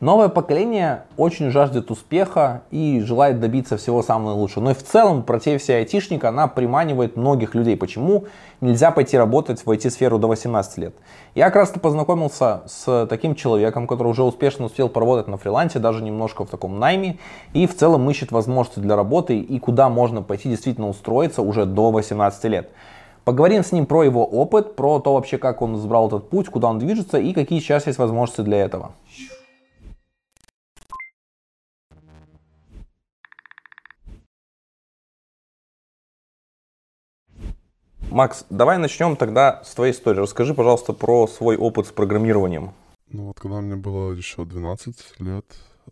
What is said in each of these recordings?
Новое поколение очень жаждет успеха и желает добиться всего самого лучшего. Но и в целом профессия айтишника, она приманивает многих людей. Почему нельзя пойти работать в IT-сферу до 18 лет? Я как раз-то познакомился с таким человеком, который уже успешно успел поработать на фрилансе, даже немножко в таком найме, и в целом ищет возможности для работы и куда можно пойти действительно устроиться уже до 18 лет. Поговорим с ним про его опыт, про то вообще, как он избрал этот путь, куда он движется и какие сейчас есть возможности для этого. Макс, давай начнем тогда с твоей истории. Расскажи, пожалуйста, про свой опыт с программированием. Ну вот когда мне было еще 12 лет,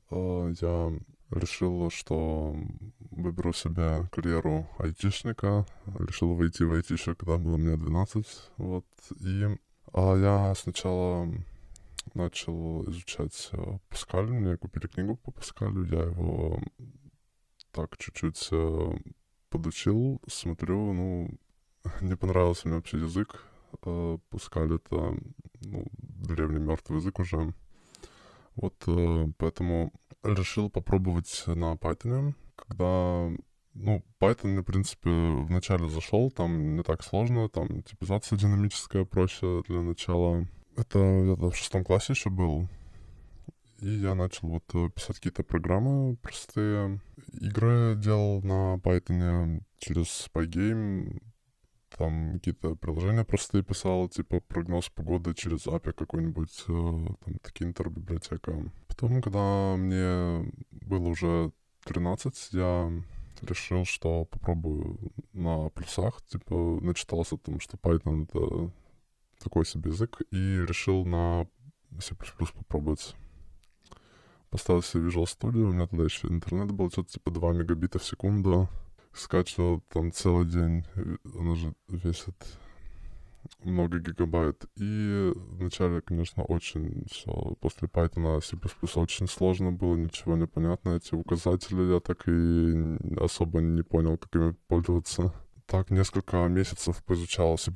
я решил, что выберу себе карьеру айтишника. Решил выйти в IT еще когда было мне 12. Вот. И я сначала начал изучать Паскаль. Мне купили книгу по Паскалю. Я его так чуть-чуть подучил. Смотрю, не понравился мне вообще язык. Паскаль — это древний мертвый язык уже. Вот поэтому решил попробовать на Python. Когда, Python мне, в принципе, вначале зашел, там не так сложно, там типизация динамическая проще для начала. Это я в 6 классе еще был. И я начал писать какие-то программы простые. Игры делал на Python через Pygame. Там какие-то приложения простые писал, типа прогноз погоды через API какой-нибудь, там Tkinter библиотека. Потом, когда мне было уже 13, я решил, что попробую на плюсах, типа начитался о том, что Python — это такой себе язык, и решил на C++ попробовать. Поставил себе Visual Studio, у меня тогда еще интернет был, что-то типа 2 мегабита в секунду. Скачивал там целый день, он же весит много гигабайт. И вначале, конечно, очень все. После Python C++ очень сложно было, ничего не понятно. Эти указатели я так и особо не понял, как ими пользоваться. Так, несколько месяцев поизучал C++.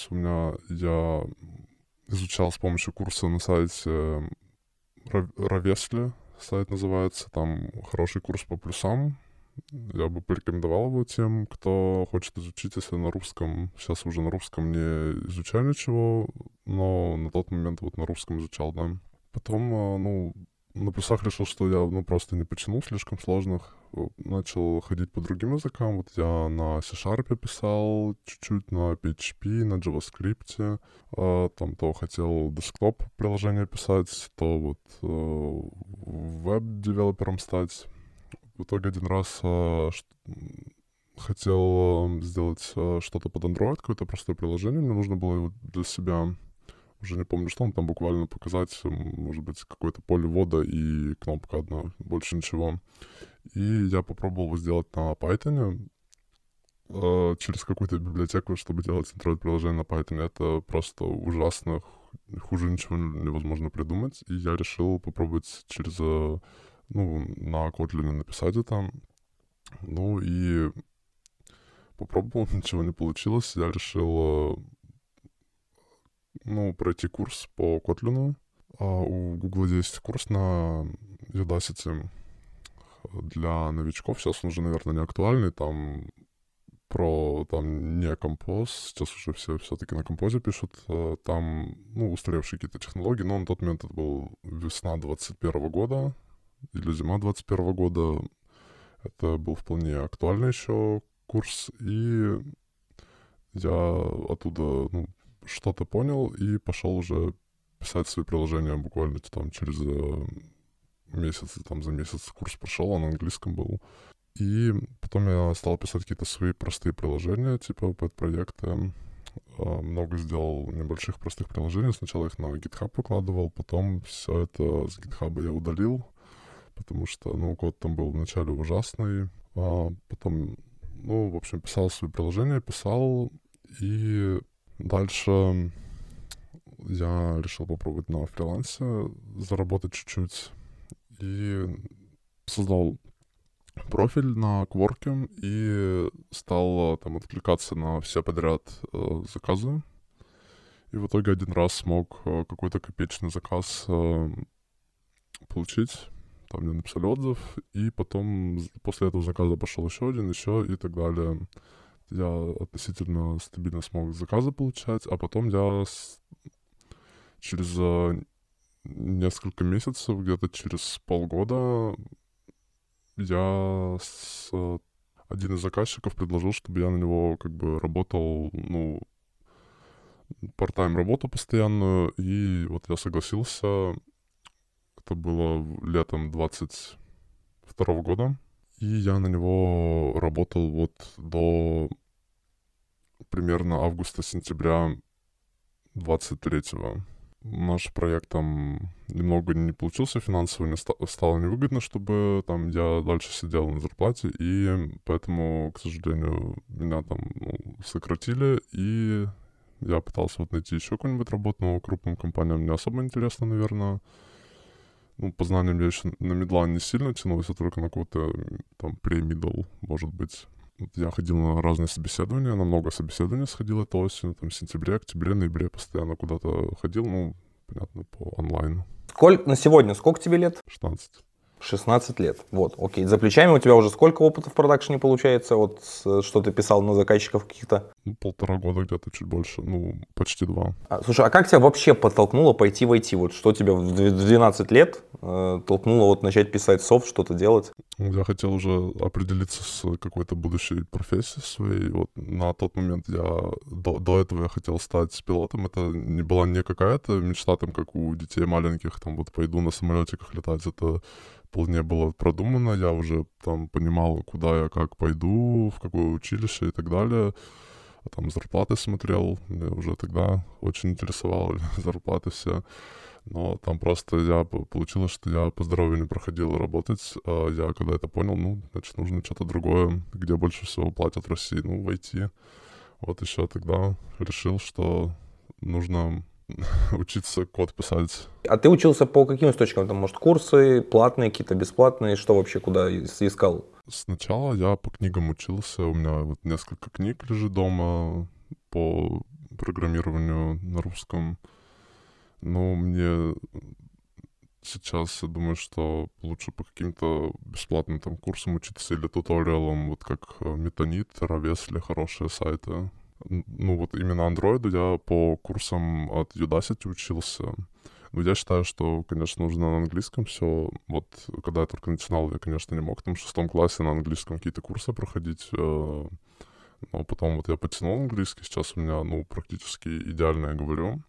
Я изучал с помощью курса на сайте Ravesli, сайт называется. Там хороший курс по плюсам. Я бы порекомендовал его тем, кто хочет изучить, если на русском. Сейчас уже на русском не изучаю ничего, но на тот момент на русском изучал, да. Потом, на плюсах решил, что я, просто не потянул слишком сложных. Начал ходить по другим языкам. Я на C# писал чуть-чуть, на PHP, на JavaScript. Там то хотел десктоп приложение писать, то веб-девелопером стать. В итоге один раз хотел сделать что-то под Android, какое-то простое приложение. Мне нужно было его для себя, уже не помню, что он там буквально показать, может быть, какое-то поле ввода и кнопка одна, больше ничего. И я попробовал его сделать на Python через какую-то библиотеку, чтобы делать Android-приложение на Python. Это просто ужасно, хуже ничего невозможно придумать. И я решил попробовать через... на Kotlin написать это. И попробовал, ничего не получилось. Я решил, пройти курс по Kotlin. У Google есть курс на Udacity для новичков. Сейчас он уже, наверное, не актуальный. Там не композ. Сейчас уже все-таки на композе пишут. Там, устаревшие какие-то технологии. Но на тот момент это был весна 21 года. Или зима 21 года. Это был вполне актуальный еще курс. И я оттуда, что-то понял и пошел уже писать свои приложения буквально там через месяц. Там за месяц курс прошел, он на английском был. И потом я стал писать какие-то свои простые приложения, типа пэт-проекты. Много сделал небольших простых приложений. Сначала их на GitHub выкладывал, потом все это с GitHub я удалил, потому что, код там был вначале ужасный. Потом, в общем, писал свои приложения, и дальше я решил попробовать на фрилансе заработать чуть-чуть. И создал профиль на Quark и стал там откликаться на все подряд заказы. И в итоге один раз смог какой-то копеечный заказ получить. Там мне написали отзыв, и потом после этого заказа пошел еще и так далее. Я относительно стабильно смог заказы получать, а потом я через несколько месяцев, где-то через полгода, один из заказчиков предложил, чтобы я на него как бы работал, ну, part-time работу постоянную, и вот я согласился. Это было летом 22 года, и я на него работал вот до примерно августа-сентября 23-го. Наш проект там немного не получился финансово, мне стало невыгодно, чтобы там я дальше сидел на зарплате, и поэтому, к сожалению, меня там сократили, и я пытался вот найти еще какую-нибудь работу, но крупным компаниям не особо интересно, наверное. Ну, по знаниям я еще на мидла не сильно тянулся, только на какой-то там pre-middle, может быть. Вот я ходил на разные собеседования, на много собеседований сходил этой осенью, там в сентябре, октябре, ноябре постоянно куда-то ходил, ну, понятно, по онлайну. На сегодня сколько тебе лет? 16. 16 лет. Вот, окей. За плечами у тебя уже сколько опыта в продакшене получается? Вот что ты писал на заказчиков каких-то? Ну, 1,5 года где-то, чуть больше. Ну, почти 2. Слушай, а как тебя вообще подтолкнуло пойти в IT? Вот что тебя в 12 лет толкнуло вот начать писать софт, что-то делать? Я хотел уже определиться с какой-то будущей профессией своей. Вот на тот момент до этого я хотел стать пилотом. Это не была не какая-то мечта, там, как у детей маленьких, там, вот пойду на самолетиках летать. Это вполне было продумано. Я уже там понимал, куда я как пойду, в какое училище и так далее. А там зарплаты смотрел. Мне уже тогда очень интересовало зарплаты все. Но там просто получилось, что я по здоровью не проходил работать. А я когда это понял, ну, значит, нужно что-то другое, где больше всего платят в России, ну, в IT. Вот еще тогда решил, что нужно учиться код писать. А ты учился по каким источникам? Там, может, курсы платные, какие-то бесплатные? Что вообще, куда искал? Сначала я по книгам учился. У меня вот несколько книг лежит дома по программированию на русском. Но мне сейчас, я думаю, что лучше по каким-то бесплатным там курсам учиться или туториалам, вот как Метанит, Равесли, хорошие сайты. Ну вот именно андроиду я по курсам от Udacity учился. Но я считаю, что, конечно, нужно на английском все. Вот когда я только начинал, я, конечно, не мог там в 6 классе на английском какие-то курсы проходить. Но потом вот я потянул английский. Сейчас у меня, ну, практически идеально я говорю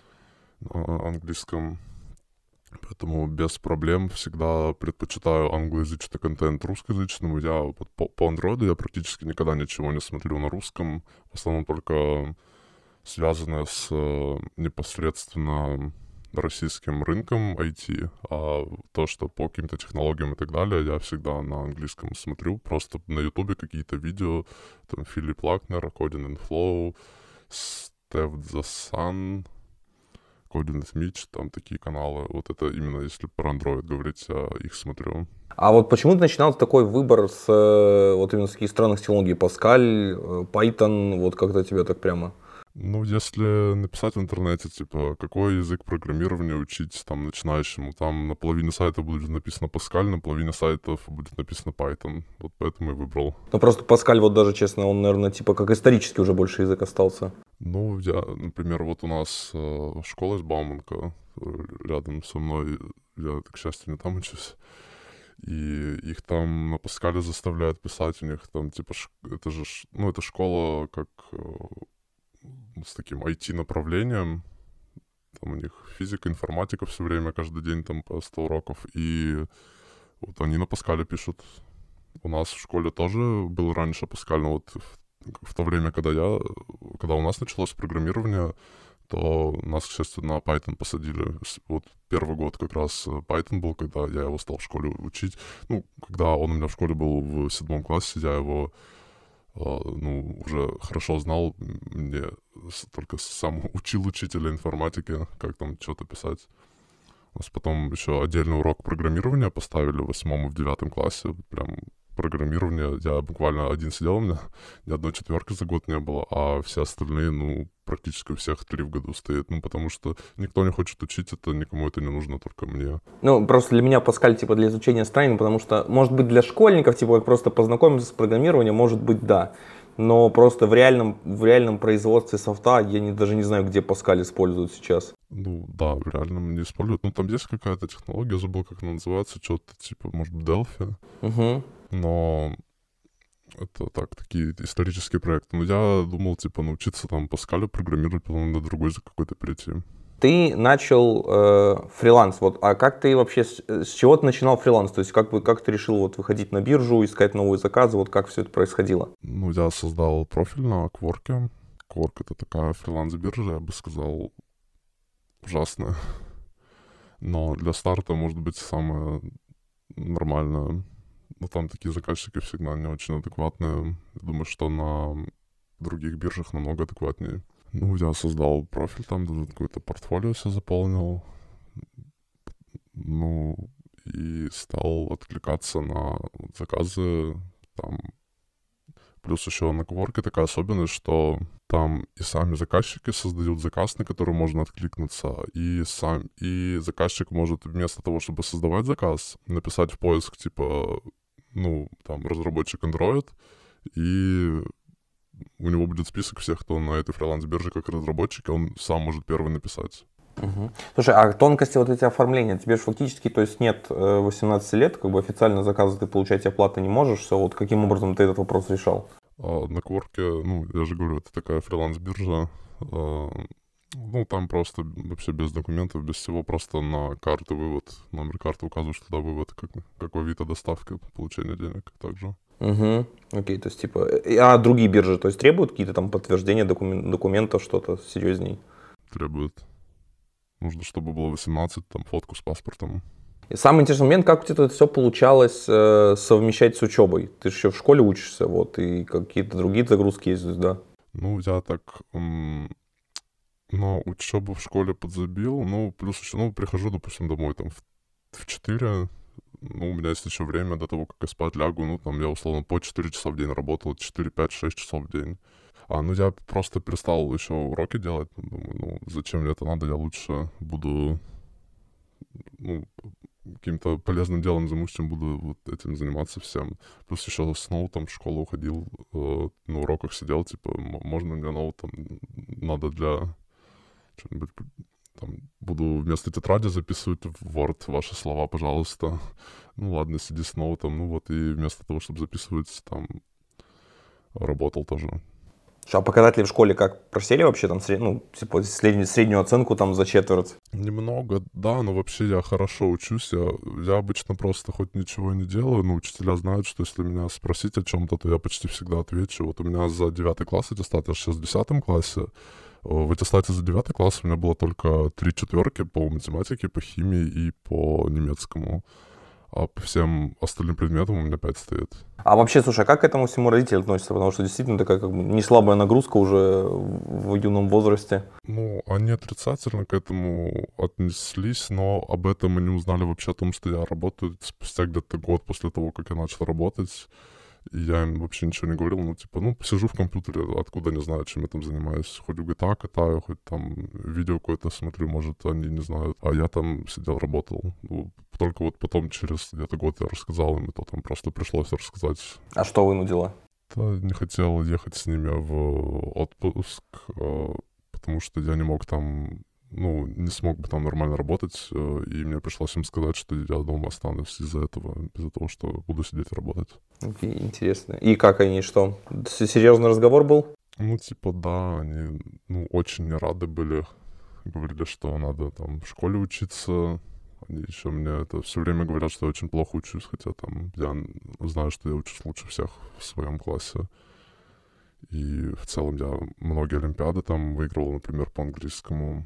на английском. Поэтому без проблем всегда предпочитаю англоязычный контент русскоязычному. Я вот по андроиду я практически никогда ничего не смотрю на русском. В основном только связанное с непосредственно российским рынком IT. А то, что по каким-то технологиям и так далее, я всегда на английском смотрю. Просто на ютубе какие-то видео. Там Филипп Лакнер, Coding and Flow, Steph the Sun, Coding with Mitch, там такие каналы. Вот это именно, если про Android говорить, я их смотрю. А вот почему ты начинал такой выбор с вот именно с таких странных технологий? Pascal, Python, вот как-то тебя так прямо... Ну, если написать в интернете, типа, какой язык программирования учить там начинающему, там на половине сайта будет написано Pascal, на половине сайтов будет написано Python. Вот поэтому и выбрал. Ну, просто Pascal, вот даже честно, он, наверное, типа как исторически уже больше язык остался. Ну, я, например, вот у нас школа из Бауманка рядом со мной, я, к счастью, не там учусь. И их там на Паскале заставляют писать, у них там, типа, это же, ну, это школа как с таким IT-направлением. Там у них физика, информатика все время, каждый день там по 100 уроков. И вот они на Паскале пишут. У нас в школе тоже был раньше Паскаль, но вот в то время, когда у нас началось программирование, то нас, к счастью, на Python посадили. Вот первый год как раз Python был, когда я его стал в школе учить. Ну, когда он у меня в школе был в 7 классе, я его, ну, уже хорошо знал. Мне только сам учил учителя информатики, как там что-то писать. У нас потом еще отдельный урок программирования поставили в 8 и в 9 классе. Прям программирования я буквально один сидел, у меня ни одной четверки за год не было, а все остальные, ну, практически у всех 3 в году стоит. Ну, потому что никто не хочет учить это, никому это не нужно, только мне. Ну, просто для меня Паскаль, типа, для изучения странен, потому что, может быть, для школьников, типа, как просто познакомиться с программированием, может быть, да. Но просто в реальном производстве софта я даже не знаю, где Паскаль используют сейчас. Ну, да, в реальном не используют. Ну, там есть какая-то технология, забыл, как она называется, что-то типа, может быть, Delphi. Угу. Но это так, такие исторические проекты. Но я думал, типа, научиться там Паскалю программировать, потом на другой язык какой-то перейти. Ты начал фриланс, вот, а как ты вообще, с чего ты начинал фриланс? То есть как ты решил вот выходить на биржу, искать новые заказы, вот как все это происходило? Ну, я создал профиль на Quark. Quark — это такая фриланс-биржа, я бы сказал, ужасная. Но для старта, может быть, самое нормальное. Но там такие заказчики всегда не очень адекватные. Я думаю, что на других биржах намного адекватнее. Ну, я создал профиль там, даже какое-то портфолио все заполнил. Ну, и стал откликаться на заказы там. Плюс еще на Quark такая особенность, что там и сами заказчики создают заказ, на который можно откликнуться, и заказчик может вместо того, чтобы создавать заказ, написать в поиск, типа, ну, там, разработчик Android, и у него будет список всех, кто на этой фриланс-бирже как разработчик, он сам может первый написать. Угу. Слушай, а тонкости вот эти оформления, тебе же фактически, то есть нет 18 лет, как бы официально заказы ты получать оплаты не можешь, все, вот каким образом ты этот вопрос решал? На Quark, ну, я же говорю, это такая фриланс-биржа, ну, там просто вообще без документов, без всего, просто на карту вывод, номер карты указываешь, туда вывод, как в Авито доставка, получение денег также. Угу. Окей, то есть типа, а другие биржи, то есть требуют какие-то там подтверждения документов, что-то серьезней? Требует. Нужно, чтобы было 18, там, фотку с паспортом. И самый интересный момент, как у тебя это все получалось совмещать с учебой? Ты же еще в школе учишься, вот, и какие-то другие загрузки есть, да? Ну, я так, но учебу в школе подзабил, ну, плюс еще, ну, прихожу, допустим, домой, там, в 4, ну, у меня есть еще время до того, как я спать лягу, ну, там, я, условно, по 4 часа в день работал, 4, 5, 6 часов в день. Ну, я просто перестал еще уроки делать, думаю, ну, зачем мне это надо, я лучше буду, ну, каким-то полезным делом займусь, чем буду вот этим заниматься всем. Плюс еще с ноутом в школу уходил, на уроках сидел, типа, можно мне ноут там надо для что-нибудь, там, буду вместо тетради записывать в Word ваши слова, пожалуйста. Ну ладно, сиди с ноутом, ну вот, и вместо того, чтобы записывать, там, работал тоже. А показатели в школе как, просели вообще там, ну, типа, среднюю оценку там за четверть? Немного, да, но вообще я хорошо учусь. Я обычно просто хоть ничего не делаю, но учителя знают, что если меня спросить о чем-то, то я почти всегда отвечу. Вот у меня за 9 класс аттестат, я сейчас в 10 классе. В аттестате за 9 класс у меня было только 3 четверки по математике, по химии и по немецкому. А по всем остальным предметам у меня 5 стоит. А вообще, слушай, а как к этому всему родители относятся? Потому что действительно такая как бы не слабая нагрузка уже в юном возрасте. Ну, они отрицательно к этому отнеслись, но об этом они узнали вообще о том, что я работаю спустя где-то год после того, как я начал работать. И я им вообще ничего не говорил, ну, типа, ну, посижу в компьютере, откуда не знаю, чем я там занимаюсь. Хоть в GTA катаю, хоть там видео какое-то смотрю, может, они не знают. А я там сидел, работал. Ну, только вот потом, через где-то год, я рассказал им, и то там просто пришлось рассказать. А что вынудило? Да, не хотел ехать с ними в отпуск, потому что я не мог там, ну, не смог бы там нормально работать, и мне пришлось им сказать, что я дома останусь из-за этого, из-за того, что буду сидеть и работать. Окей, интересно. И как они, что? Серьезный разговор был? Ну, типа, да, они, ну, очень не рады были, говорили, что надо там в школе учиться. Они еще мне это все время говорят, что я очень плохо учусь, хотя там я знаю, что я учусь лучше всех в своем классе. И в целом я многие олимпиады там выигрывал, например, по английскому.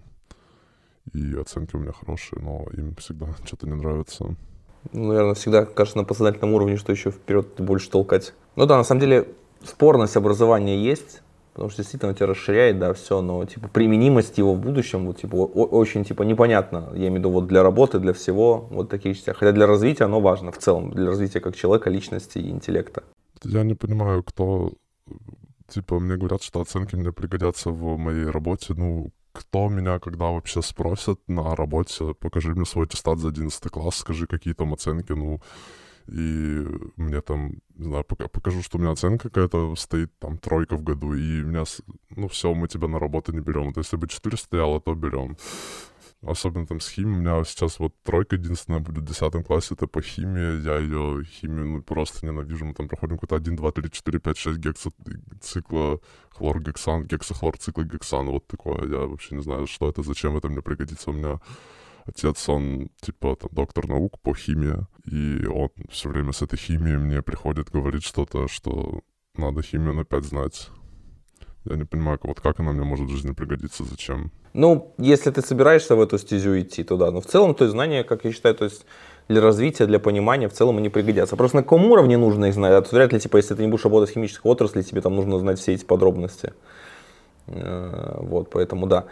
И оценки у меня хорошие, но им всегда что-то не нравится. Ну, наверное, всегда кажется на подсознательном уровне, что еще вперед больше толкать. Ну да, на самом деле спорность образования есть. Потому что действительно тебя расширяет, да, все, но типа применимость его в будущем, вот типа очень типа непонятно, я имею в виду вот для работы, для всего, вот таких частях. Хотя для развития оно важно в целом, для развития как человека, личности и интеллекта. Я не понимаю, кто... Типа, мне говорят, что оценки мне пригодятся в моей работе. Ну, кто меня когда вообще спросит на работе, покажи мне свой аттестат за 11 класс, скажи, какие там оценки, ну, и мне там, не знаю, покажу, что у меня оценка какая-то стоит, там, 3 в году, и меня, ну, все, мы тебя на работу не берем. Вот если бы 4 стояло, то берем. Особенно там с химией. У меня сейчас вот 3 единственная будет в 10 классе, это по химии. Я ее химию ну, просто ненавижу. Мы там проходим какой-то 1, 2, 3, 4, 5, 6 цикла хлоргексан, гексохлорциклогексан, вот такое. Я вообще не знаю, что это, зачем это мне пригодится. У меня отец, он типа там доктор наук по химии, и он все время с этой химией мне приходит, говорит что-то, что надо химию на 5 знать. Я не понимаю, вот как она мне может в жизни пригодиться, зачем. Ну, если ты собираешься в эту стезю идти, то да. Но в целом, то есть знания, как я считаю, то есть для развития, для понимания в целом они пригодятся. Просто на каком уровне нужно их знать? А вряд ли, типа, если ты не будешь работать в химической отрасли, тебе там нужно знать все эти подробности. Вот, поэтому да.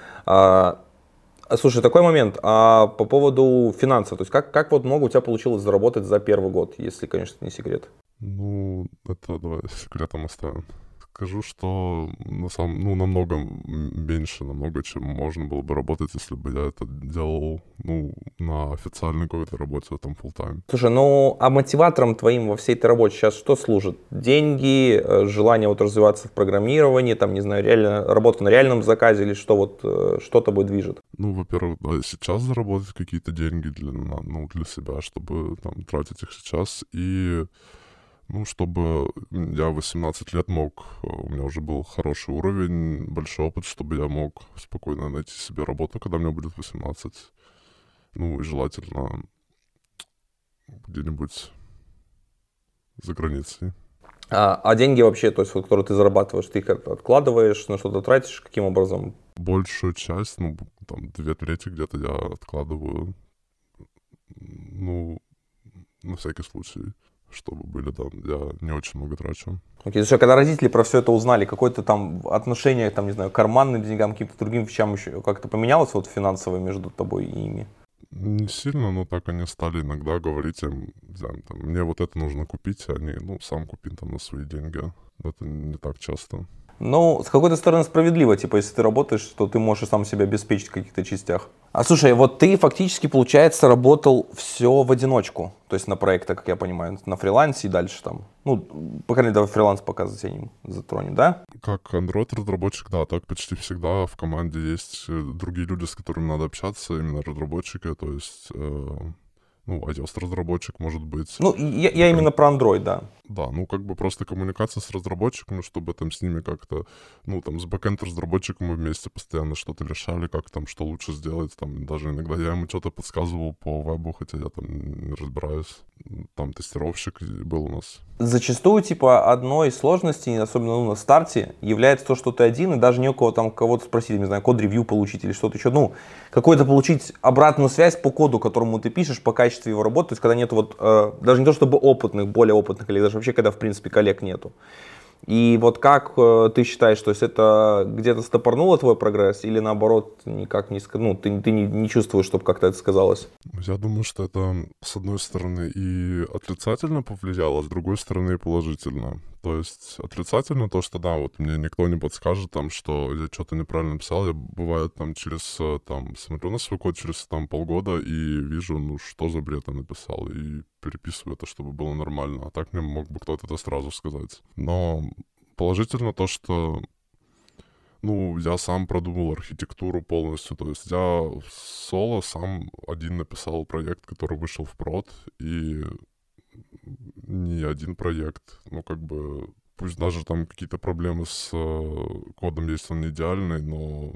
Слушай, такой момент. А по поводу финансов, то есть как вот много у тебя получилось заработать за первый год, если, конечно, это не секрет? Ну, это давай секретом оставим. Скажу, что намного меньше, намного, чем можно было бы работать, если бы я это делал, ну, на официальной какой-то работе, там, full-time. Слушай, ну, а мотиватором твоим во всей этой работе сейчас что служит? Деньги, желание вот развиваться в программировании, там, не знаю, реально, работа на реальном заказе или что вот, что тобой движет? Ну, во-первых, да, сейчас заработать какие-то деньги для себя, чтобы там тратить их сейчас, и ну, чтобы я в 18 лет мог, у меня уже был хороший уровень, большой опыт, чтобы я мог спокойно найти себе работу, когда мне будет 18. Ну, и желательно где-нибудь за границей. А деньги вообще, то есть, вот, которые ты зарабатываешь, ты их откладываешь, на что-то тратишь, каким образом? Большую часть, ну, там, 2/3 где-то я откладываю, ну, на всякий случай, чтобы были там, я не очень много трачу. Окей, слушай, когда родители про все это узнали, какое-то там отношение, там, не знаю, к карманным деньгам, каким-то другим вещам еще как-то поменялось вот финансово между тобой и ими? Не сильно, но так они стали иногда говорить им, там, мне вот это нужно купить, а они, ну, сам купи там на свои деньги. Это не так часто. Ну, с какой-то стороны справедливо, типа, если ты работаешь, то ты можешь сам себя обеспечить в каких-то частях. А слушай, вот ты фактически, получается, работал все в одиночку, то есть на проектах, как я понимаю, на фрилансе и дальше там. Ну, по крайней мере, давай фриланс пока затронем, да? Как Android-разработчик, да, так почти всегда в команде есть другие люди, с которыми надо общаться, именно разработчики, то есть, ну, iOS-разработчик может быть. Ну, я именно про Android, да. Да, ну, как бы просто коммуникация с разработчиками, чтобы там с ними как-то, ну, там, с бэкэнд-разработчиком мы вместе постоянно что-то решали, как там, что лучше сделать, там, даже иногда я ему что-то подсказывал по вебу, хотя я там не разбираюсь. Там тестировщик был у нас. Зачастую, типа, одной из сложностей, особенно на старте, является то, что ты один, и даже не у кого там кого-то спросить, не знаю, код-ревью получить или что-то еще, ну, какой-то получить обратную связь по коду, которому ты пишешь, по качеству его работы, то есть когда нет вот, даже не то чтобы опытных, более опытных коллег, даже вообще когда, в принципе, коллег нету. И вот как ты считаешь, то есть это где-то стопорнуло твой прогресс или наоборот никак не, ну, ты не чувствуешь, чтобы как-то это сказалось? Я думаю, что это, с одной стороны, и отрицательно повлияло, а с другой стороны, и положительно. То есть отрицательно то, что да, вот мне никто не подскажет, там, что я что-то неправильно написал. Я, бывает, там, смотрю на свой код через, там, полгода и вижу, ну, что за бред я написал, и переписываю это, чтобы было нормально. А так мне мог бы кто-то это сразу сказать. Но положительно то, что ну, я сам продумал архитектуру полностью, то есть я соло сам один написал проект, который вышел в прод, и не один проект, ну, как бы, пусть даже там какие-то проблемы с кодом есть, он не идеальный, но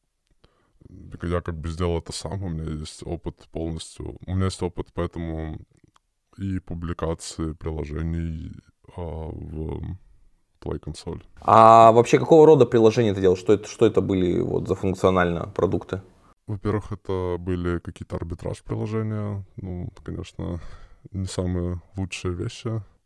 я как бы сделал это сам, у меня есть опыт полностью, у меня есть опыт, поэтому и публикации приложений в Play консоль. А вообще какого рода приложения ты делал? Что это были вот за функционально продукты? Во-первых, это были какие-то арбитраж приложения. Ну, конечно, не самые лучшие вещи.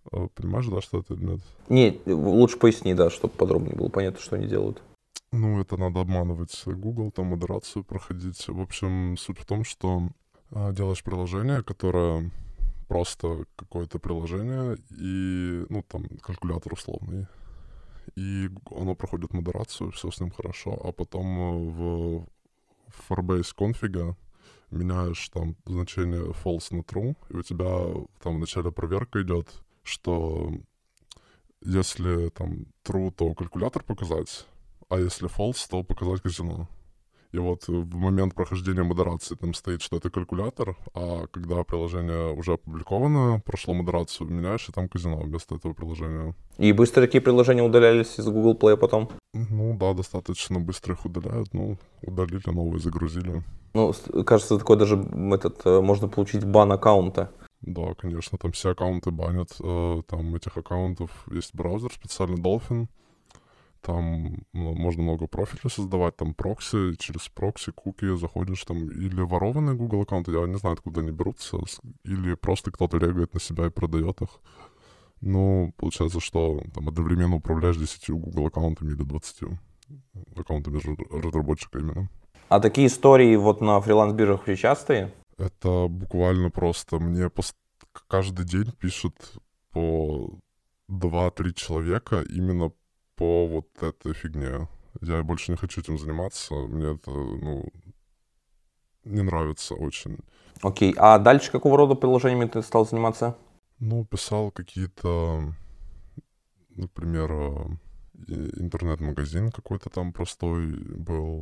Понимаешь, да, что это или нет? Не, лучше поясни, да, чтобы подробнее было понятно, что они делают. Ну, это надо обманывать Google, там модерацию проходить. В общем, суть в том, что делаешь приложение, которое просто какое-то приложение, и, ну, там, калькулятор условный, и оно проходит модерацию, все с ним хорошо, а потом в Firebase конфига меняешь там значение false на true, и у тебя там вначале проверка идет, что если там true, то калькулятор показать, а если false, то показать казино. И вот в момент прохождения модерации там стоит, что это калькулятор, а когда приложение уже опубликовано, прошло модерацию, меняешь, и там казино вместо этого приложения. И быстро такие приложения удалялись из Google Play потом? Ну да, достаточно быстро их удаляют, ну, удалили, новые загрузили. Ну, кажется, такой даже можно получить бан аккаунта. Да, конечно, там все аккаунты банят, там этих аккаунтов есть браузер специальный Dolphin, там можно много профилей создавать, там прокси, через прокси, куки заходишь там, или ворованные Google аккаунты, я не знаю, откуда они берутся, или просто кто-то регает на себя и продает их. Ну, получается, что там одновременно управляешь 10 Google аккаунтами или 20 аккаунтами разработчика именно. А такие истории вот на фриланс-биржах вообще частые? Это буквально просто мне каждый день пишут по 2-3 человека именно по вот этой фигне. Я больше не хочу этим заниматься. Мне это, ну, не нравится очень. Окей, а дальше какого рода приложениями ты стал заниматься? Ну, писал какие-то, например, интернет-магазин какой-то там простой был,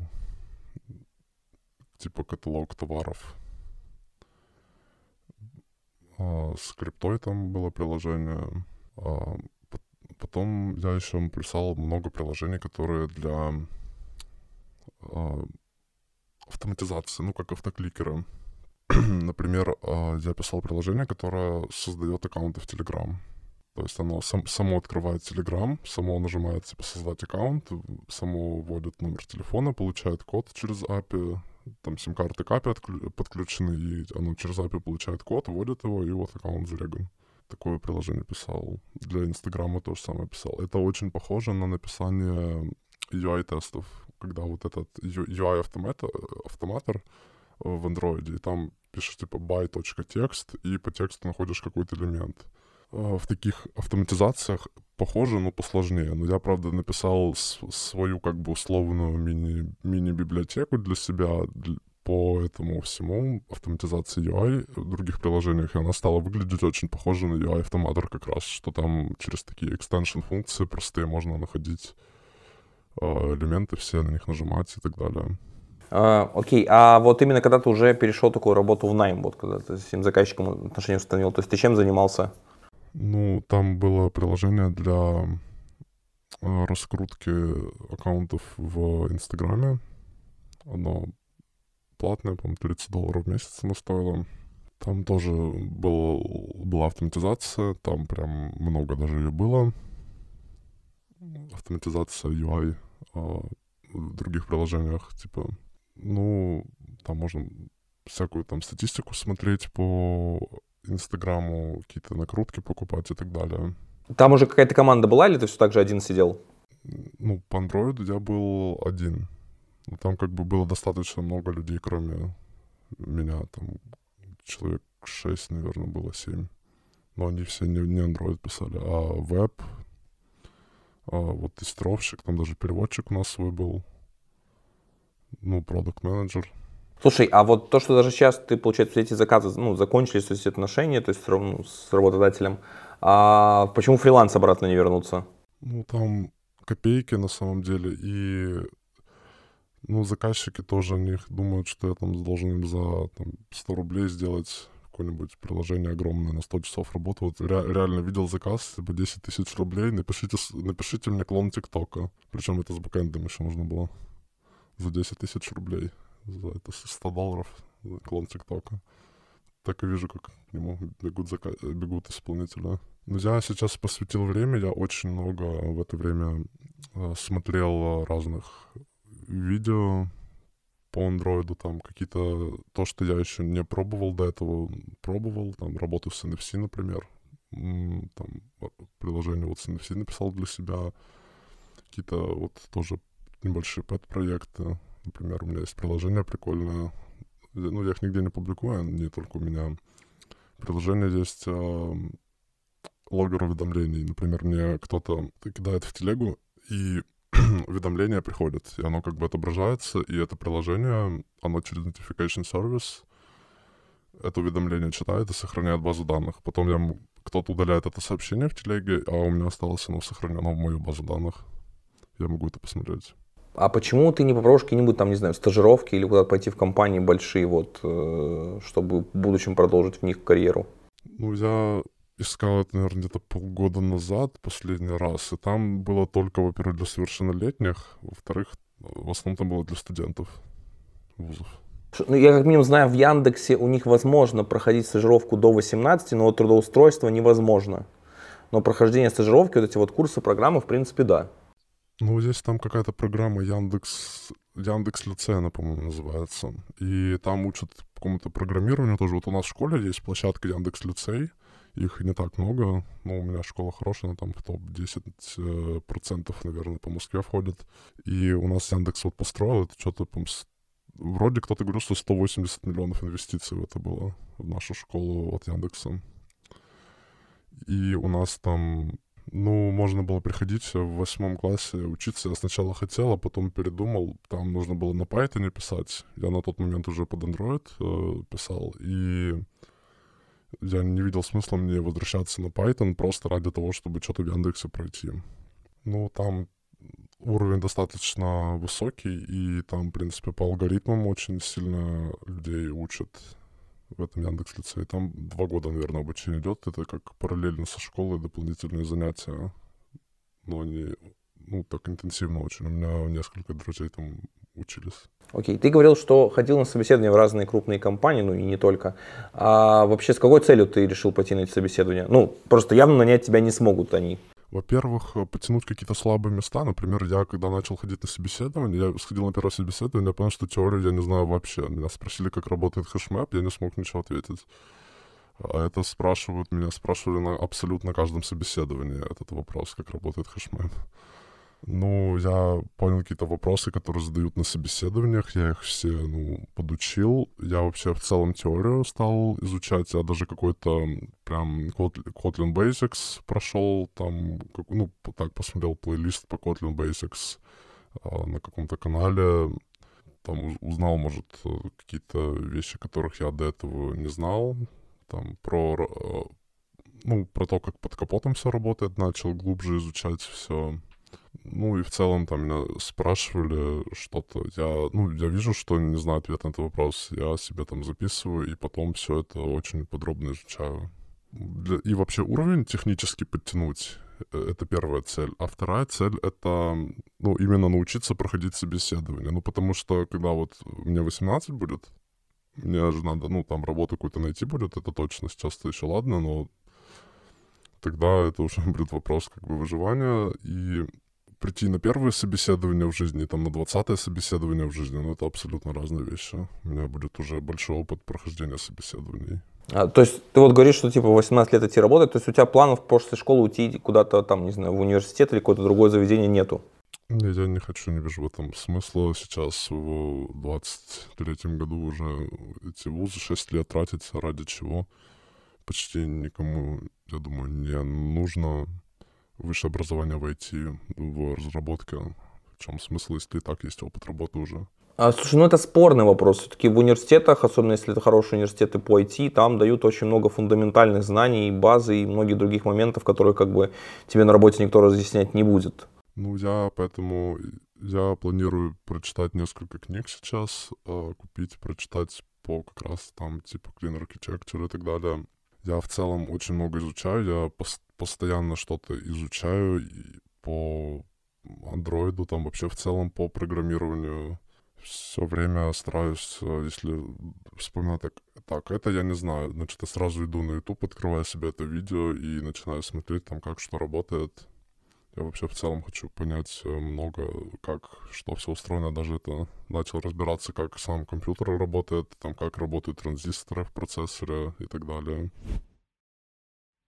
типа каталог товаров. С криптой там было приложение. Потом я еще писал много приложений, которые для автоматизации, ну, как автокликеры. Например, я писал приложение, которое создает аккаунты в Telegram. То есть оно само открывает Telegram, само нажимает, типа, создать аккаунт, само вводит номер телефона, получает код через API, там сим-карты к API подключены, и оно через API получает код, вводит его, и вот аккаунт зареган. Такое приложение писал. Для Инстаграма то же самое писал. Это очень похоже на написание UI-тестов, когда вот этот UI-автоматор в андроиде, и там пишешь типа by.text, и по тексту находишь какой-то элемент. В таких автоматизациях похоже, но посложнее. Но я, правда, написал свою как бы условную мини-библиотеку для себя по этому всему, автоматизации UI в других приложениях, и она стала выглядеть очень похоже на UI-автоматор как раз, что там через такие extension-функции простые можно находить элементы все, на них нажимать и так далее. Окей, а вот именно когда ты уже перешел такую работу в найм, вот когда ты с этим заказчиком отношения установил, то есть ты чем занимался? Ну, там было приложение для раскрутки аккаунтов в Инстаграме. Оно платное, по-моему, $30 в месяц оно стоило. Там тоже была автоматизация, там прям много даже ее было. Автоматизация UI в других приложениях, типа, ну, там можно всякую там статистику смотреть по Инстаграму, какие-то накрутки покупать и так далее. Там уже какая-то команда была, или ты все так же один сидел? Ну, по андроиду я был один. Там как бы было достаточно много людей, кроме меня. Там человек 6, наверное, было 7. Но они все не Android писали, а веб. Вот тестировщик, там даже переводчик у нас свой был. Ну, продакт-менеджер. Слушай, а вот то, что даже сейчас ты, получается, все эти заказы, ну, закончились, то есть отношения, то есть с работодателем, а почему фриланс обратно не вернуться? Ну, там копейки на самом деле, и, ну, заказчики тоже о них думают, что я там должен им за там, 100 рублей сделать какое-нибудь приложение огромное на 100 часов работы. Вот реально видел заказ, типа 10 тысяч рублей, напишите мне клон ТикТока. Причем это с бэкэндом еще нужно было. За 10 тысяч рублей. За это $100 клон ТикТока. Так и вижу, как к нему бегут исполнители. Но я сейчас посвятил время, я очень много в это время смотрел разных видео по андроиду, там какие-то, то, что я еще не пробовал до этого, пробовал, там работу с NFC, например, там приложение вот с NFC написал для себя, какие-то вот тоже небольшие пэт-проекты. Например, у меня есть приложение прикольное, ну, я их нигде не публикую, не только у меня. Приложение есть логер уведомлений. Например, мне кто-то кидает в телегу, и уведомления приходят, и оно как бы отображается, и это приложение, оно через Notification Service это уведомление читает и сохраняет базу данных. Потом кто-то удаляет это сообщение в телеге, а у меня осталось оно сохранено в мою базу данных. Я могу это посмотреть. А почему ты не попробуешь какие-нибудь там, не знаю, стажировки или куда-то пойти в компании большие, вот, чтобы в будущем продолжить в них карьеру? Ну, я искал это, наверное, где-то полгода назад, последний раз, и там было только, во-первых, для совершеннолетних, во-вторых, в основном там было для студентов вузов. Ну, я как минимум знаю, в Яндексе у них возможно проходить стажировку до 18, но вот трудоустройство невозможно. Но прохождение стажировки, вот эти вот курсы, программы, в принципе, да. Ну, здесь там какая-то программа Яндекс Лицей, она, по-моему, называется. И там учат какому-то программированию тоже. Вот у нас в школе есть площадка Яндекс Лицей. Их не так много. Но у меня школа хорошая, она там в топ-10%, наверное, по Москве входит. И у нас Яндекс вот построил это что-то, вроде кто-то говорил, что 180 миллионов инвестиций в это было, в нашу школу от Яндекса. И у нас там, ну, можно было приходить в 8 классе учиться. Я сначала хотел, а потом передумал. Там нужно было на Python писать. Я на тот момент уже под Android писал. И я не видел смысла мне возвращаться на Python просто ради того, чтобы что-то в Яндексе пройти. Ну, там уровень достаточно высокий, и там, в принципе, по алгоритмам очень сильно людей учат в этом Яндекс.Лицее. Там 2 года, наверное, обучение идет. Это как параллельно со школой дополнительные занятия. Но они, ну, так интенсивно очень. У меня несколько друзей там учились. Окей, ты говорил, что ходил на собеседования в разные крупные компании, ну и не только. А вообще с какой целью ты решил пойти на эти собеседования? Ну, просто явно нанять тебя не смогут они. Во-первых, потянуть какие-то слабые места. Например, я когда начал ходить на собеседование, я сходил на первое собеседование, я понял, что теорию я не знаю вообще. Меня спросили, как работает хэшмэп, я не смог ничего ответить. А это меня спрашивали на абсолютно каждом собеседовании этот вопрос, как работает хэшмэп. Ну, я понял какие-то вопросы, которые задают на собеседованиях, я их все, ну, подучил. Я вообще в целом теорию стал изучать, я даже какой-то прям Kotlin Basics прошел, там, ну, так посмотрел плейлист по Kotlin Basics на каком-то канале, там узнал, может, какие-то вещи, которых я до этого не знал, там, про то, как под капотом все работает, начал глубже изучать все. Ну и в целом там меня спрашивали что-то. Я вижу, что не знаю ответ на этот вопрос. Я себе там записываю и потом все это очень подробно изучаю. И вообще уровень технически подтянуть — это первая цель. А вторая цель — это, ну, именно научиться проходить собеседование. Ну, потому что, когда вот мне 18 будет, мне же надо, ну, там работу какую-то найти будет, это точно. Сейчас-то еще ладно, но тогда это уже будет вопрос как бы выживания. И прийти на первое собеседование в жизни, там на 20-е собеседование в жизни, ну, это абсолютно разные вещи. У меня будет уже большой опыт прохождения собеседований. То есть ты вот говоришь, что типа 18 лет идти работать, то есть у тебя планов после школы уйти куда-то там, не знаю, в университет или какое-то другое заведение нету? Нет, я не хочу, не вижу в этом смысла. Сейчас в 23-м году уже эти вузы 6 лет тратить ради чего? Почти никому, я думаю, не нужно высшее образование в IT, в разработке. В чем смысл, если и так есть опыт работы уже? Слушай, ну это спорный вопрос. Все-таки в университетах, особенно если это хорошие университеты по IT, там дают очень много фундаментальных знаний, базы и многих других моментов, которые как бы тебе на работе никто разъяснять не будет. Ну, я планирую прочитать несколько книг сейчас, купить, прочитать по как раз там типа Clean Architecture и так далее. Я в целом очень много изучаю, я постоянно что-то изучаю и по андроиду, там вообще в целом по программированию. Все время стараюсь, если вспоминать так, это я не знаю, значит, я сразу иду на YouTube, открываю себе это видео и начинаю смотреть там, как что работает. Я вообще в целом хочу понять много, что все устроено. Даже это начал разбираться, как сам компьютер работает, там, как работают транзисторы в процессоре и так далее.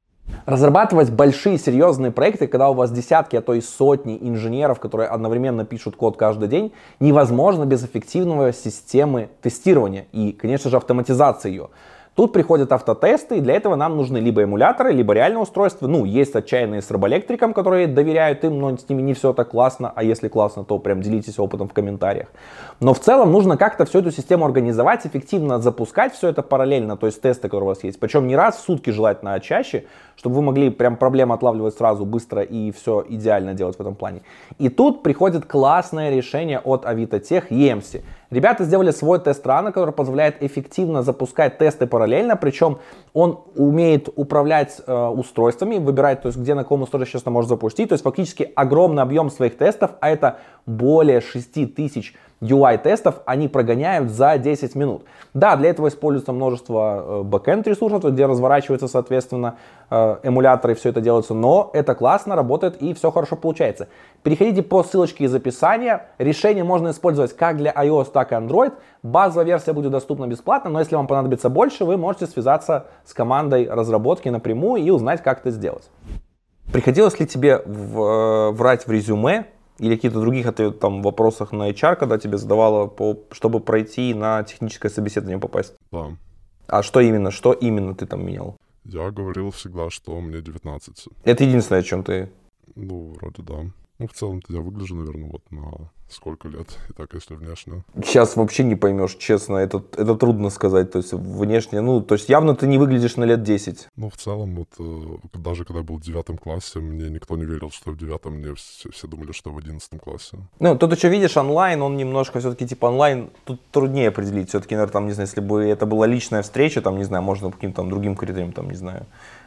Разрабатывать большие серьезные проекты, когда у вас десятки, а то и сотни инженеров, которые одновременно пишут код каждый день, невозможно без эффективной системы тестирования и, конечно же, автоматизации ее. Тут приходят автотесты, и для этого нам нужны либо эмуляторы, либо реальное устройство. Ну, есть отчаянные с робоэлектриком, которые доверяют им, но с ними не все так классно. А если классно, то прям делитесь опытом в комментариях. Но в целом нужно как-то всю эту систему организовать, эффективно запускать все это параллельно, то есть тесты, которые у вас есть. Причем не раз в сутки желательно, а чаще, чтобы вы могли прям проблемы отлавливать сразу, быстро и все идеально делать в этом плане. И тут приходит классное решение от Авито Тех EMC. Ребята сделали свой тест-ран, который позволяет эффективно запускать тесты параллельно, причем он умеет управлять устройствами, выбирать, то есть где на каком устройстве сейчас можно запустить, то есть фактически огромный объем своих тестов, а это более 6000 UI-тестов, они прогоняют за 10 минут. Да, для этого используется множество бэкэнд ресурсов, где разворачиваются, соответственно, эмуляторы, все это делается, но это классно, работает и все хорошо получается. Переходите по ссылочке из описания. Решение можно использовать как для iOS, так и Android. Базовая версия будет доступна бесплатно, но если вам понадобится больше, вы можете связаться с командой разработки напрямую и узнать, как это сделать. Приходилось ли тебе врать в резюме или каких-то других там вопросах на HR, когда тебе задавало, чтобы пройти на техническое собеседование попасть? Да. А что именно ты там менял? Я говорил всегда, что мне 19. Это единственное, о чем ты... Ну, вроде да. Ну, в целом-то я выгляжу, наверное, вот на сколько лет, и так, если внешне. Сейчас вообще не поймешь, честно, это трудно сказать, то есть внешне, ну, то есть явно ты не выглядишь на лет 10. Ну, в целом, вот даже когда я был в 9 классе, мне никто не верил, что я в 9, мне все думали, что я в 11 классе. Ну, тут еще видишь, онлайн, он немножко все-таки, типа, онлайн, тут труднее определить, все-таки, наверное, там, не знаю, если бы это была личная встреча, там, не знаю, можно по каким-то там другим критериям, там, не знаю,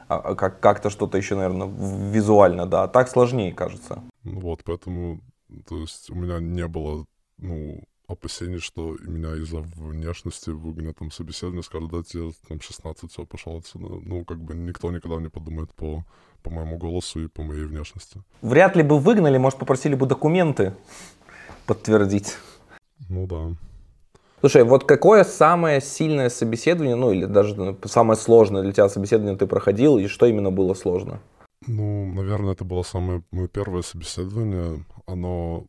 как-то что-то еще, наверное, визуально, да, а так сложнее, кажется. Ну вот, поэтому, то есть у меня не было, опасений, что меня из-за внешности выгонят там собеседование, скажут, да, тебе там 16, все, пошел отсюда. Ну, как бы никто никогда не подумает по моему голосу и по моей внешности. Вряд ли бы выгнали, может, попросили бы документы подтвердить. Ну да. Слушай, вот какое самое сильное собеседование, ну или даже самое сложное для тебя собеседование ты проходил, и что именно было сложно? Ну, наверное, это было самое мое первое собеседование. Оно,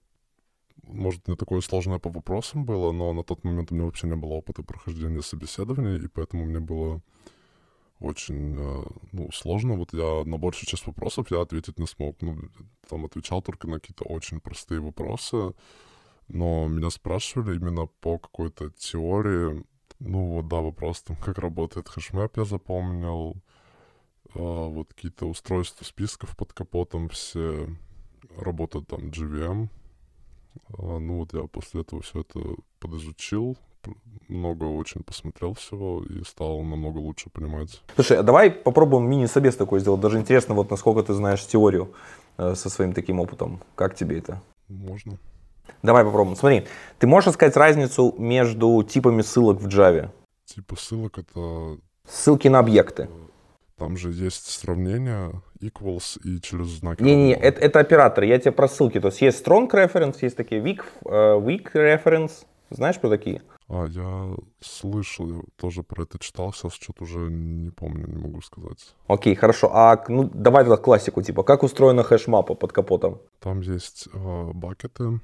может, не такое сложное по вопросам было, но на тот момент у меня вообще не было опыта прохождения собеседований, и поэтому мне было очень сложно. Вот я на большую часть вопросов я ответить не смог. Ну, там отвечал только на какие-то очень простые вопросы, но меня спрашивали именно по какой-то теории. Ну вот да, вопрос там, как работает хэшмэп, я запомнил. Вот какие-то устройства списков под капотом все работают там JVM. Ну вот я после этого все это подизучил, много очень посмотрел всего и стал намного лучше понимать. Слушай, а давай попробуем мини-собес такой сделать. Даже интересно, вот насколько ты знаешь теорию со своим таким опытом. Как тебе это? Можно. Давай попробуем. Смотри, ты можешь рассказать разницу между типами ссылок в Java? Типы ссылок — это... Ссылки на объекты. Там же есть сравнение, equals и через знаки. Не-не-не, это операторы, я тебе про ссылки. То есть есть strong reference, есть такие weak reference. Знаешь про такие? Я слышал, я тоже про это читал, сейчас что-то уже не помню, не могу сказать. Окей, хорошо. Давай тогда классику, типа, как устроена хэш-мапа под капотом? Там есть бакеты,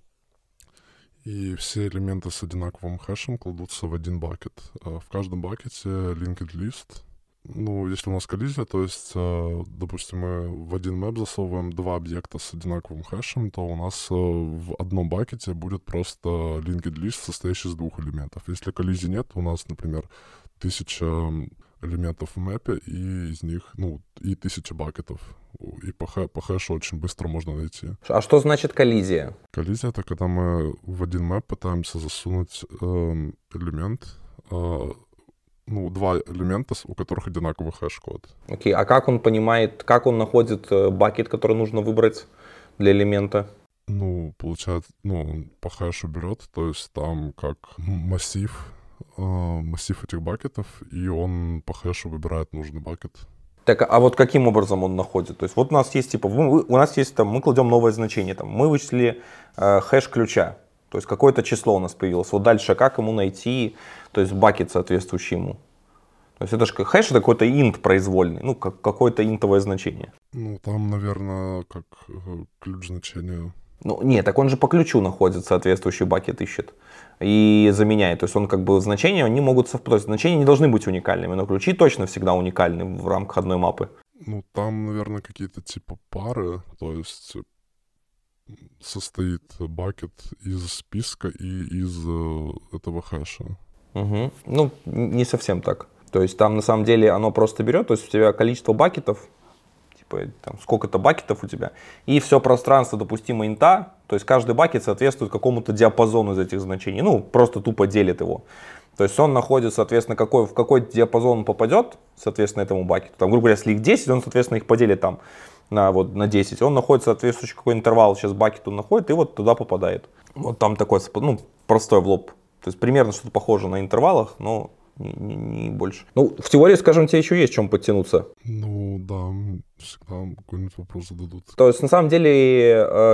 и все элементы с одинаковым хэшем кладутся в один бакет. В каждом бакете linked list. Ну, если у нас коллизия, то есть, допустим, мы в один мэп засовываем два объекта с одинаковым хэшем, то у нас в одном бакете будет просто linked list, состоящий из двух элементов. Если коллизии нет, у нас, например, 1000 элементов в мэпе, и из них, и 1000 бакетов. И по хэшу очень быстро можно найти. А что значит коллизия? Коллизия — это когда мы в один мэп пытаемся засунуть элемент, два элемента, у которых одинаковый хэш-код. Окей, а как он понимает, как он находит бакет, который нужно выбрать для элемента? Получается, он по хэшу берет, то есть там как массив этих бакетов, и он по хэшу выбирает нужный бакет. Так, а вот каким образом он находит? То есть вот у нас есть, мы кладем новое значение, мы вычислили хэш ключа. То есть какое-то число у нас появилось. Вот дальше как ему найти, то есть бакет соответствующий ему? То То есть это же хэш, это какой-то инт произвольный, ну, как какое-то интовое значение. Ну, там, наверное, как ключ значения. Ну, нет, так он же по ключу находит, соответствующий бакет ищет и заменяет. То есть он как бы значения, они могут совпадать. Значения не должны быть уникальными, но ключи точно всегда уникальны в рамках одной мапы. Ну, там, наверное, какие-то типа пары, то есть состоит бакет из списка и из этого хэша. Угу. Ну, не совсем так. То есть там на самом деле оно просто берет, то есть у тебя количество бакетов, типа там сколько-то бакетов у тебя, и все пространство допустимо инта, то есть каждый бакет соответствует какому-то диапазону из этих значений, ну, просто тупо делит его. То есть он находит, соответственно, в какой диапазон он попадет, соответственно, этому бакету. Там, грубо говоря, если их 10, он, соответственно, их поделит там на 10. Он находит соответствующий какой интервал, сейчас бакет он находит, и вот туда попадает. Вот там такой, ну, простой в лоб. То есть примерно что-то похоже на интервалах, но не больше. Ну, в теории, скажем, тебе еще есть чем подтянуться. Ну, да, всегда какой-нибудь вопрос зададут. То есть, на самом деле,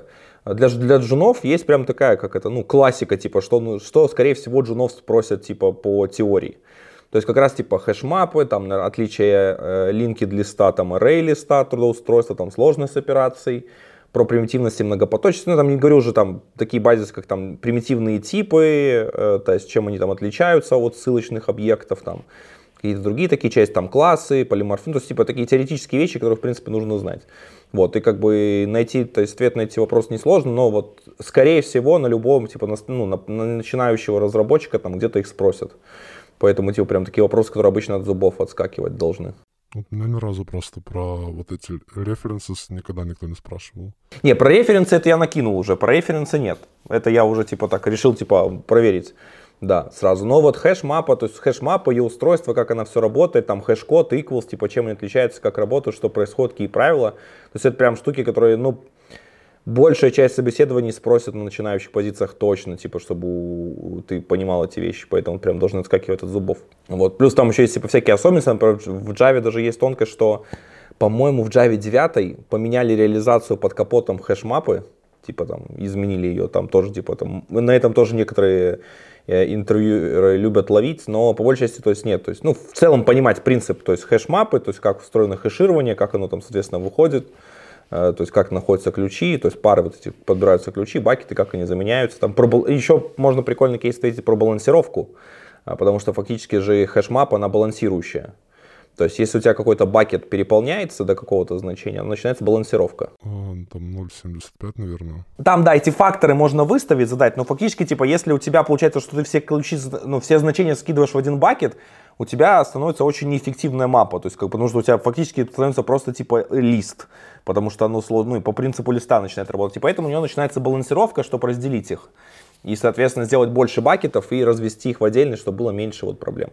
для джунов есть прям такая, классика, типа, что, скорее всего, джунов спросят, типа, по теории. То есть, как раз, типа, хэшмапы, там, отличие linked листа, там, array листа, трудоустройства, там, сложность операций, про примитивность и многопоточность. Ну, там не говорю уже там такие базисы, как там примитивные типы, то есть чем они там отличаются от ссылочных объектов, там какие-то другие такие части, там классы, полиморфизм, то есть типа такие теоретические вещи, которые в принципе нужно знать. Вот, и как бы найти, то есть ответ на эти вопросы несложно, но вот скорее всего на любом, типа, на начинающего разработчика там где-то их спросят. Поэтому типа прям такие вопросы, которые обычно от зубов отскакивать должны. Вот меня ни разу просто про вот эти референсы никогда никто не спрашивал. Не, про референсы это я накинул уже, про референсы нет. Это я уже типа так решил типа проверить. Да, сразу. Но вот хэш-мапа, то есть хэш-мапа, ее устройство, как она все работает, там хэш-код, equals, типа чем они отличаются, как работают, что происходит, какие правила. То есть это прям штуки, которые, ну, большая часть собеседований спросят на начинающих позициях точно, типа, чтобы ты понимал эти вещи, поэтому прям должен отскакивать от зубов. Вот. Плюс там еще есть типа, всякие особенности, например, в Java даже есть тонкость, что, по-моему, в Java 9 поменяли реализацию под капотом хэш-мапы, типа там изменили ее, там тоже типа там, на этом тоже некоторые интервьюеры любят ловить, но по большей части, то есть нет, то есть, ну, в целом понимать принцип, то есть хэш-мапы, то есть как устроено хэширование, как оно там, соответственно, выходит. То есть как находятся ключи, то есть пары вот эти подбираются ключи, бакеты, как они заменяются. Там еще можно прикольный кейс встретить про балансировку, потому что фактически же хэшмап, она балансирующая. То есть если у тебя какой-то бакет переполняется до какого-то значения, начинается балансировка. Там 0,75, наверное. Там, да, эти факторы можно выставить, задать, но фактически, типа, если у тебя получается, что ты все ключи, ну, все значения скидываешь в один бакет, у тебя становится очень неэффективная мапа, то есть, как бы, потому что у тебя фактически становится просто, типа, лист, потому что оно, ну, по принципу листа начинает работать, и поэтому у него начинается балансировка, чтобы разделить их, и, соответственно, сделать больше бакетов и развести их в отдельность, чтобы было меньше вот проблем.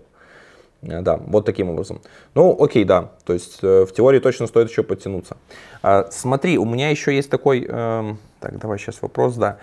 Да, вот таким образом. Ну, окей, да, то есть в теории точно стоит еще подтянуться. Смотри, у меня еще есть такой, так, давай сейчас вопрос, да.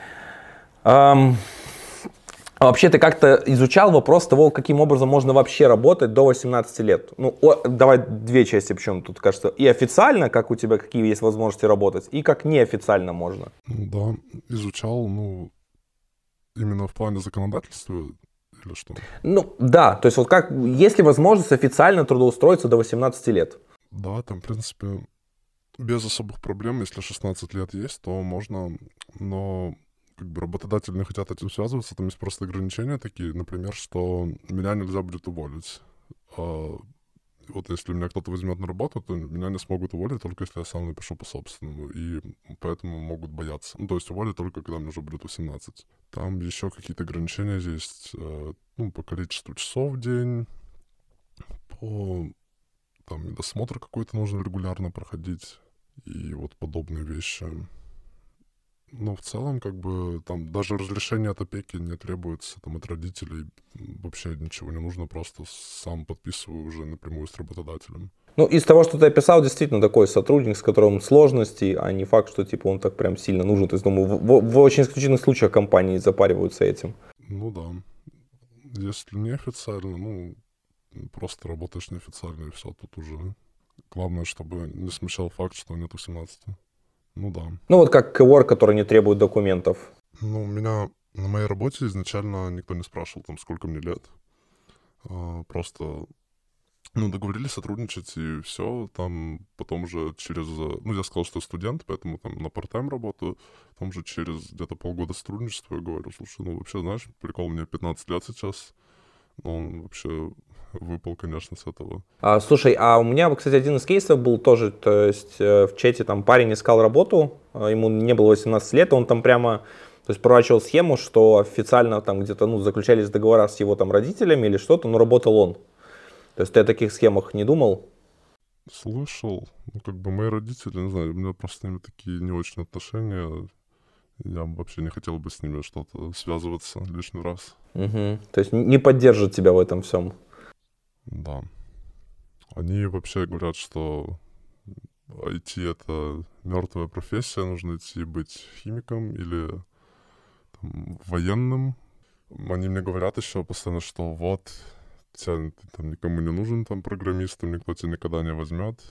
Вообще ты как-то изучал вопрос того, каким образом можно вообще работать до 18 лет? Ну, давай две части, причем тут кажется, и официально, как у тебя, какие есть возможности работать, и как неофициально можно. Ну да, изучал, ну, именно в плане законодательства. Или что? Ну, да, то есть вот как, есть ли возможность официально трудоустроиться до 18 лет? Да, там, в принципе, без особых проблем, если 16 лет есть, то можно, но как бы работодатели не хотят этим связываться, там есть просто ограничения такие, например, что меня нельзя будет уволить. Вот если меня кто-то возьмет на работу, то меня не смогут уволить, только если я сам напишу по собственному, и поэтому могут бояться. Ну, то есть уволить только, когда мне уже будет 18. Там еще какие-то ограничения есть, ну, по количеству часов в день, по, там, медосмотр какой-то нужно регулярно проходить, и вот подобные вещи. Но в целом, как бы, там даже разрешение от опеки не требуется, там, от родителей вообще ничего не нужно, просто сам подписываю уже напрямую с работодателем. Ну, из того, что ты описал, действительно такой сотрудник, с которым сложности, а не факт, что, типа, он так прям сильно нужен. То есть, думаю, в очень исключительных случаях компании запариваются этим. Ну да. Если неофициально, ну, просто работаешь неофициально, и все, тут уже. Главное, чтобы не смущал факт, что нет 18. Ну да. Ну вот как Work, который не требует документов. Ну, меня на моей работе изначально никто не спрашивал, там, сколько мне лет. Просто Ну, договорились сотрудничать, и все. Там потом уже через... Ну, я сказал, что я студент, поэтому там на парт-тайм работаю. Там же через где-то полгода сотрудничества я говорю, слушай, ну, вообще, знаешь, прикол, мне 15 лет сейчас. Но он вообще выпал, конечно, с этого. Слушай, а у меня, кстати, один из кейсов был тоже, то есть в чате там парень искал работу, ему не было 18 лет, он там прямо, то есть проворачивал схему, что официально там где-то, ну, заключались договора с его там родителями или что-то, но работал он. То есть ты о таких схемах не думал? Слышал, ну, как бы мои родители, не знаю, у меня просто с ними такие не очень отношения. Я вообще не хотел бы с ними что-то связываться лишний раз. Угу. То есть не поддержит тебя в этом всем. Да. Они вообще говорят, что IT — это мертвая профессия, нужно идти быть химиком или там, военным. Они мне говорят еще постоянно, что вот, ты там никому не нужен, там, программистом, никто тебя никогда не возьмет,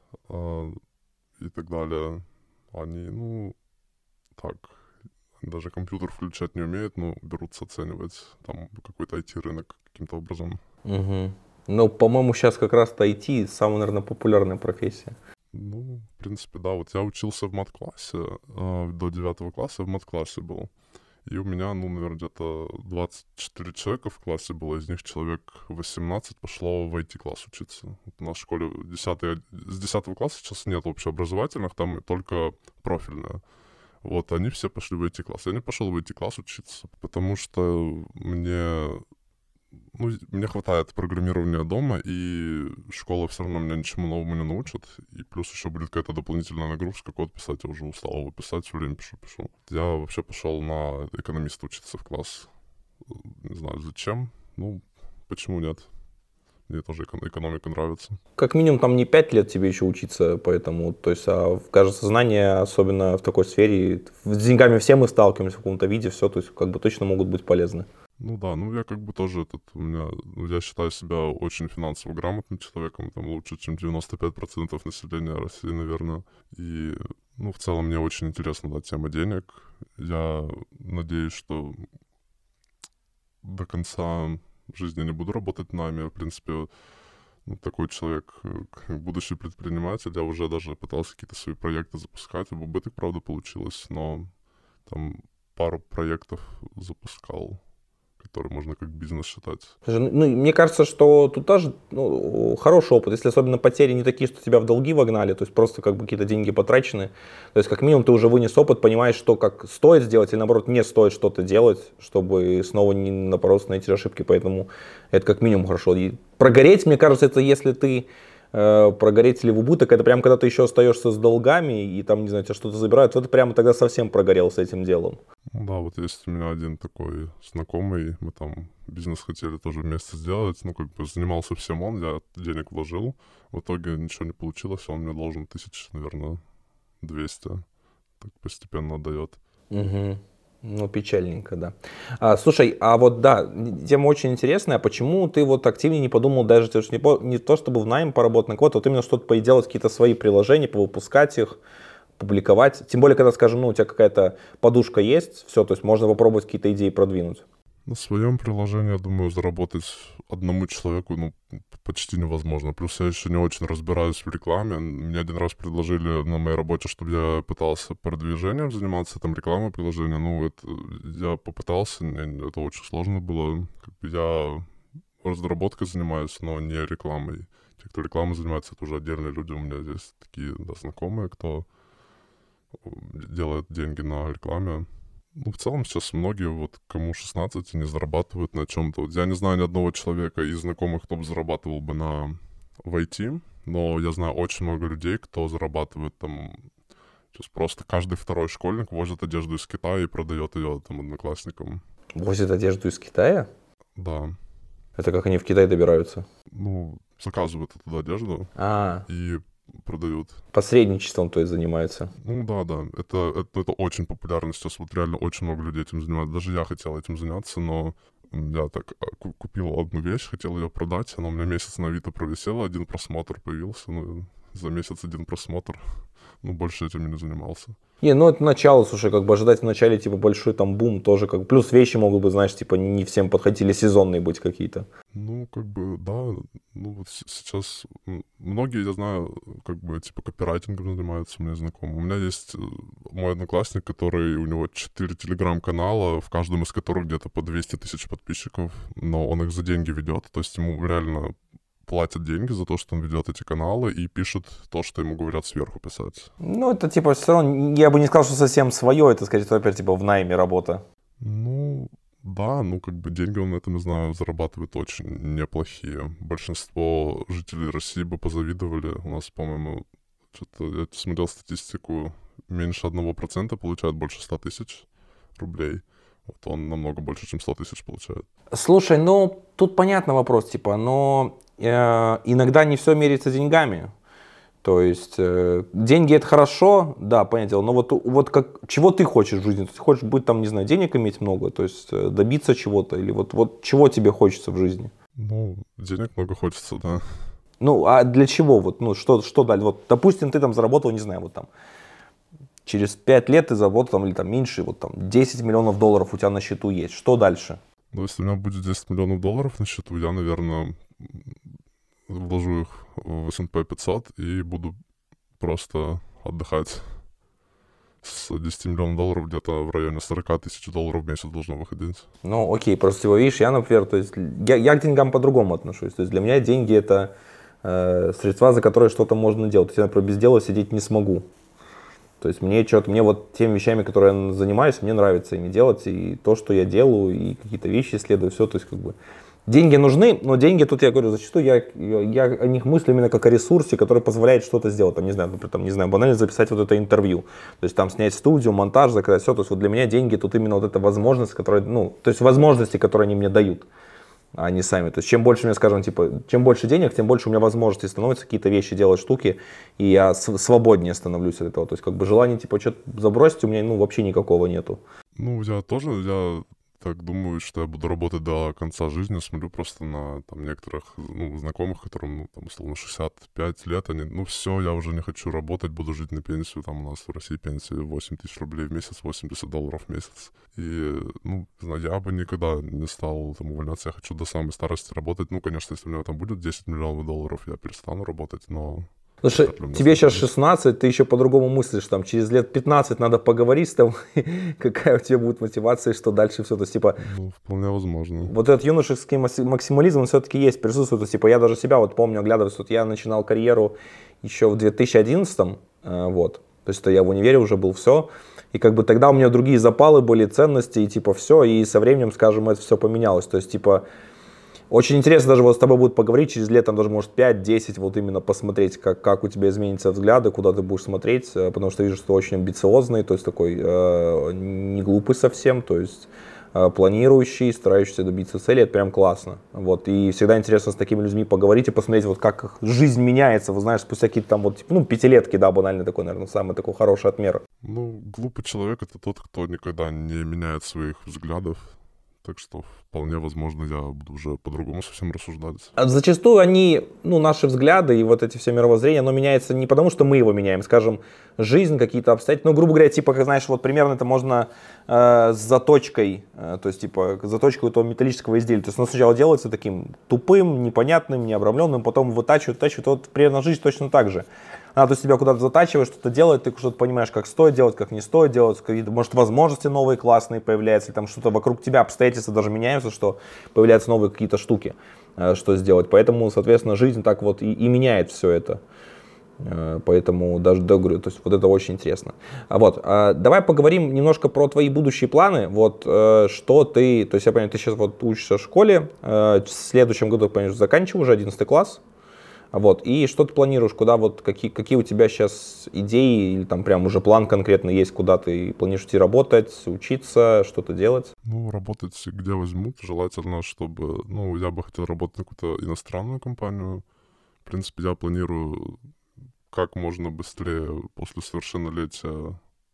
и так далее. Они, ну, так, даже компьютер включать не умеют, но берутся оценивать там какой-то IT-рынок каким-то образом. Угу. Ну, по-моему, сейчас как раз-то IT самая, наверное, популярная профессия. Ну, в принципе, да. Вот я учился в мат-классе, до 9 класса в мат-классе был. И у меня, ну, наверное, где-то 24 человека в классе было, из них человек 18 пошло в IT-класс учиться. Вот у нас в школе с 10 класса сейчас нет общеобразовательных, там только профильное. Вот, они все пошли в IT-класс. Я не пошел в IT-класс учиться, потому что мне хватает программирования дома, и школа все равно меня ничему новому не научит. И плюс еще будет какая-то дополнительная нагрузка, код писать, я уже устал его писать, все время пишу. Я вообще пошел на экономиста учиться в класс. Не знаю, зачем. Ну, почему нет? Мне тоже экономика нравится. Как минимум там не 5 лет тебе еще учиться, поэтому, то есть, кажется, знания, особенно в такой сфере, с деньгами все мы сталкиваемся в каком-то виде, все, то есть, как бы точно могут быть полезны. Ну да, ну я как бы тоже я считаю себя очень финансово грамотным человеком, там лучше, чем 95% населения России, наверное. И, ну, в целом мне очень интересна, да, тема денег. Я надеюсь, что до конца жизни не буду работать в найме. В принципе, ну, такой человек, как будущий предприниматель, я уже даже пытался какие-то свои проекты запускать. В убыток, правда, получилось, но там пару проектов запускал, который можно как бизнес считать. Слушай, ну, мне кажется, что тут тоже хороший опыт, если особенно потери не такие, что тебя в долги вогнали, то есть просто как бы какие-то деньги потрачены. То есть как минимум ты уже вынес опыт, понимаешь, что как стоит сделать или наоборот не стоит что-то делать, чтобы снова не напороться на эти ошибки, поэтому это как минимум хорошо. И прогореть, мне кажется, это если ты прогореть или в убыток, это прям когда ты еще остаешься с долгами и там, не знаю, тебя что-то забирают, то ты прямо тогда совсем прогорел с этим делом. Да, вот есть у меня один такой знакомый, мы там бизнес хотели тоже вместе сделать, ну, как бы занимался всем он, я денег вложил, в итоге ничего не получилось, он мне должен 200 так постепенно отдает. Угу. Ну, печальненько, да. Слушай, а вот да, тема очень интересная. Почему ты вот активнее не подумал даже не то, чтобы в найм поработать на кого-то, вот именно что-то поделать, какие-то свои приложения, повыпускать их, публиковать? Тем более, когда, скажем, ну, у тебя какая-то подушка есть, все, то есть можно попробовать какие-то идеи продвинуть. На своем приложении, я думаю, заработать одному человеку, ну, почти невозможно. Плюс я еще не очень разбираюсь в рекламе. Мне один раз предложили на моей работе, чтобы я пытался продвижением заниматься, там, рекламой приложения. Ну, это я попытался, это очень сложно было. Как бы я разработкой занимаюсь, но не рекламой. Те, кто рекламой занимается, это уже отдельные люди. У меня здесь такие, да, знакомые, кто делает деньги на рекламе. Ну, в целом сейчас многие, вот кому 16, не зарабатывают на чем-то. Вот я не знаю ни одного человека из знакомых, кто бы зарабатывал бы в IT, но я знаю очень много людей, кто зарабатывает там. Сейчас просто каждый второй школьник возит одежду из Китая и продает ее там одноклассникам. Возят одежду из Китая? Да. Это как они в Китай добираются? Ну, заказывают эту одежду и продают. Посредничеством, то есть, занимаются. Ну да. Это очень популярно сейчас. Вот реально очень много людей этим занимаются. Даже я хотел этим заняться, но я так купил одну вещь, хотел ее продать. Она у меня месяц на Авито провисела, один просмотр появился. Ну, за месяц 1 просмотр. Ну, больше этим не занимался. Ну это начало, слушай, как бы ожидать в начале, типа, большой там бум тоже, как плюс вещи могут быть, знаешь, типа, не всем подходили, сезонные быть какие-то. Ну, как бы, да, ну, вот сейчас многие, я знаю, как бы, типа, копирайтингом занимаются, у меня знакомые. У меня есть мой одноклассник, который, у него 4 телеграм-канала, в каждом из которых где-то по 200 тысяч подписчиков, но он их за деньги ведет, то есть ему реально платят деньги за то, что он ведет эти каналы и пишет то, что ему говорят сверху писать. Ну, это, типа, все равно, я бы не сказал, что совсем свое, это, скорее, опять, типа, в найме работа. Ну, да, ну, как бы деньги он на этом, я знаю, зарабатывает очень неплохие. Большинство жителей России бы позавидовали. У нас, по-моему, что-то, я смотрел статистику, меньше 1% получает больше 100 тысяч рублей. Вот он намного больше, чем 100 тысяч получает. Слушай, ну, тут понятный вопрос, типа, но иногда не все меряется деньгами. То есть деньги это хорошо, да, понятное дело, но вот как, чего ты хочешь в жизни? Ты хочешь быть там, не знаю, денег иметь много, то есть добиться чего-то, или вот чего тебе хочется в жизни? Ну, денег много хочется, да. Ну, а для чего? Вот, ну, что дальше? Вот, допустим, ты там заработал, не знаю, вот там, через 5 лет ты заработал там, или там меньше, вот там, 10 миллионов долларов у тебя на счету есть. Что дальше? Ну, если у меня будет 10 миллионов долларов на счету, я, наверное, вложу их в S&P 500 и буду просто отдыхать. С 10 миллионов долларов где-то в районе 40 тысяч долларов в месяц должно выходить. Ну, окей, просто его видишь, я, например, то есть я к деньгам по-другому отношусь. То есть для меня деньги это средства, за которые что-то можно делать. То есть я, например, без дела сидеть не смогу. То есть мне вот теми вещами, которые я занимаюсь, мне нравится ими делать, и то, что я делаю, и какие-то вещи исследую, все, то есть как бы деньги нужны, но деньги тут, я говорю, зачастую я о них мыслю именно как о ресурсе, который позволяет что-то сделать, там, не знаю, например, там, не знаю, банально записать вот это интервью, то есть там снять студию, монтаж, заказать все, то есть вот для меня деньги тут именно вот эта возможность, которая, ну, то есть возможности, которые они мне дают, а не сами. То есть чем больше мне, скажем, типа, чем больше денег, тем больше у меня возможностей становится какие-то вещи делать, штуки, и я свободнее становлюсь от этого. То есть как бы желание, типа, что-то забросить у меня, ну, вообще никакого нету. Ну, я так думаю, что я буду работать до конца жизни. Смотрю просто на там некоторых, ну, знакомых, которым, ну, там, условно, 65 лет, они, ну, все, я уже не хочу работать, буду жить на пенсию. Там у нас в России пенсия 8 тысяч рублей в месяц, 80 долларов в месяц. И, ну, не знаю, я бы никогда не стал там увольняться, я хочу до самой старости работать. Ну, конечно, если у меня там будет 10 миллионов долларов, я перестану работать, но... Слушай, тебе сейчас 16, ты еще по-другому мыслишь, там, через лет 15 надо поговорить с тобой, какая у тебя будет мотивация, и что дальше все, то есть, типа... Ну, вполне возможно. Вот этот юношеский максимализм, он все-таки есть, присутствует, то есть, типа, я даже себя вот помню, оглядываясь, вот я начинал карьеру еще в 2011, вот, то есть, я в универе уже был, все, и как бы тогда у меня другие запалы были, ценности, и типа все, и со временем, скажем, это все поменялось, то есть, типа... Очень интересно даже вот с тобой будет поговорить через лет, там даже может 5-10, вот именно посмотреть, как у тебя изменятся взгляды, куда ты будешь смотреть, потому что вижу, что ты очень амбициозный, то есть такой не глупый совсем, то есть планирующий, старающийся добиться цели, это прям классно. Вот, и всегда интересно с такими людьми поговорить и посмотреть, вот как их жизнь меняется, вы знаешь, спустя какие-то там вот, типа, ну, пятилетки, да, банально такой, наверное, самый такой хороший отмер. Ну, глупый человек — это тот, кто никогда не меняет своих взглядов. Так что вполне возможно, я буду уже по-другому совсем рассуждать. Зачастую они, ну, наши взгляды и вот эти все мировоззрения, оно меняется не потому, что мы его меняем, скажем, жизнь, какие-то обстоятельства. Ну, грубо говоря, типа, как знаешь, вот примерно это можно с заточкой, то есть, типа, заточкой этого металлического изделия. То есть, оно сначала делается таким тупым, непонятным, необрамленным, потом вытачивают. Вот примерно жизнь точно так же. Надо тебя куда-то затачивать, что-то делать, ты что-то понимаешь, как стоит делать, как не стоит делать, какие-то, может, возможности новые классные появляются, или там что-то вокруг тебя, обстоятельства даже меняются, что появляются новые какие-то штуки, что сделать. Поэтому, соответственно, жизнь так вот и меняет все это. Поэтому даже, да, говорю, то есть вот это очень интересно. Вот, давай поговорим немножко про твои будущие планы. Вот, что ты, то есть я понимаю, ты сейчас вот учишься в школе, в следующем году, понимаешь, заканчиваешь уже 11 класс. Вот, и что ты планируешь, куда вот, какие у тебя сейчас идеи, или там прям уже план конкретно есть, куда ты планируешь идти работать, учиться, что-то делать? Ну, работать где возьмут, желательно, чтобы, ну, я бы хотел работать на какую-то иностранную компанию. В принципе, я планирую как можно быстрее после совершеннолетия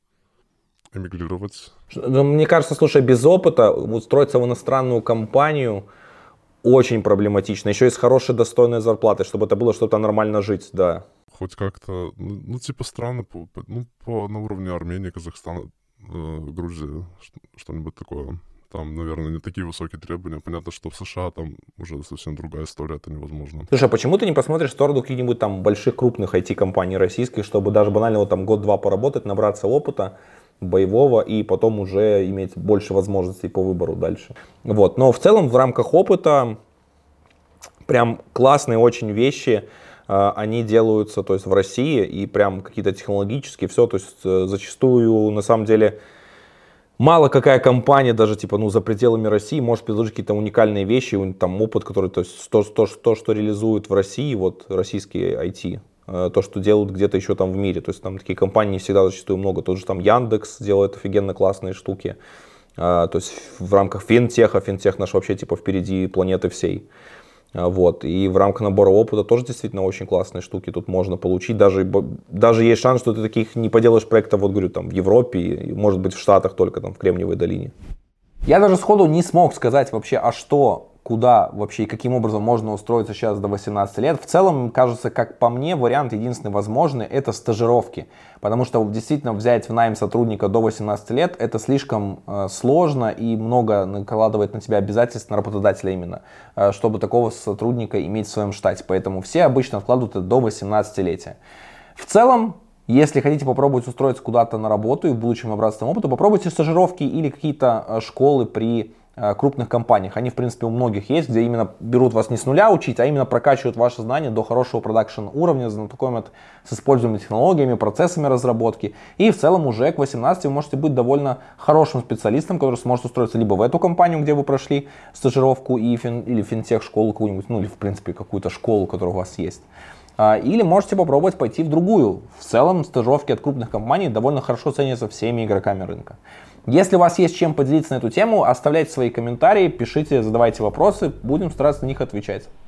эмигрировать. Мне кажется, слушай, без опыта устроиться в иностранную компанию очень проблематично. Еще и с хорошей достойной зарплатой, чтобы это было что-то нормально жить, да. хоть как-то, ну типа страны, на уровне Армении, Казахстана, Грузии, что-нибудь такое. Там, наверное, не такие высокие требования. Понятно, что в США там уже совсем другая история, это невозможно. Слушай, а почему ты не посмотришь в сторону каких-нибудь там больших крупных IT-компаний российских, чтобы даже банально вот там год-два поработать, набраться опыта боевого и потом уже иметь больше возможностей по выбору дальше. Вот. Но в целом в рамках опыта прям классные очень вещи они делаются, то есть в России, и прям какие-то технологические, все, то есть зачастую на самом деле мало какая компания даже типа, ну, за пределами России может предложить какие-то уникальные вещи, там опыт, который, то есть то, что реализуют в России, вот российские IT, то, что делают где-то еще там в мире, то есть там такие компании всегда зачастую много, тот же там Яндекс делает офигенно классные штуки, то есть в рамках финтеха, финтех наш вообще типа впереди планеты всей. Вот. И в рамках набора опыта тоже действительно очень классные штуки тут можно получить. Даже есть шанс, что ты таких не поделаешь проектов, вот говорю, там в Европе, и, может быть в Штатах только там в Кремниевой долине. Я даже сходу не смог сказать вообще, а что, куда вообще и каким образом можно устроиться сейчас до 18 лет. В целом, кажется, как по мне, вариант единственный возможный — это стажировки. Потому что действительно взять в найм сотрудника до 18 лет — это слишком сложно и много накладывает на тебя обязательств, на работодателя именно, чтобы такого сотрудника иметь в своем штате. Поэтому все обычно откладывают это до 18-летия. В целом, если хотите попробовать устроиться куда-то на работу и в будущем набраться там опыта, попробуйте стажировки или какие-то школы при крупных компаниях. Они, в принципе, у многих есть, где именно берут вас не с нуля учить, а именно прокачивают ваши знания до хорошего продакшн уровня, знакомят с используемыми технологиями, процессами разработки. И в целом уже к 18 вы можете быть довольно хорошим специалистом, который сможет устроиться либо в эту компанию, где вы прошли стажировку, или финтех-школу какую-нибудь, ну или, в принципе, какую-то школу, которая у вас есть. Или можете попробовать пойти в другую. В целом стажировки от крупных компаний довольно хорошо ценятся всеми игроками рынка. Если у вас есть чем поделиться на эту тему, оставляйте свои комментарии, пишите, задавайте вопросы, будем стараться на них отвечать.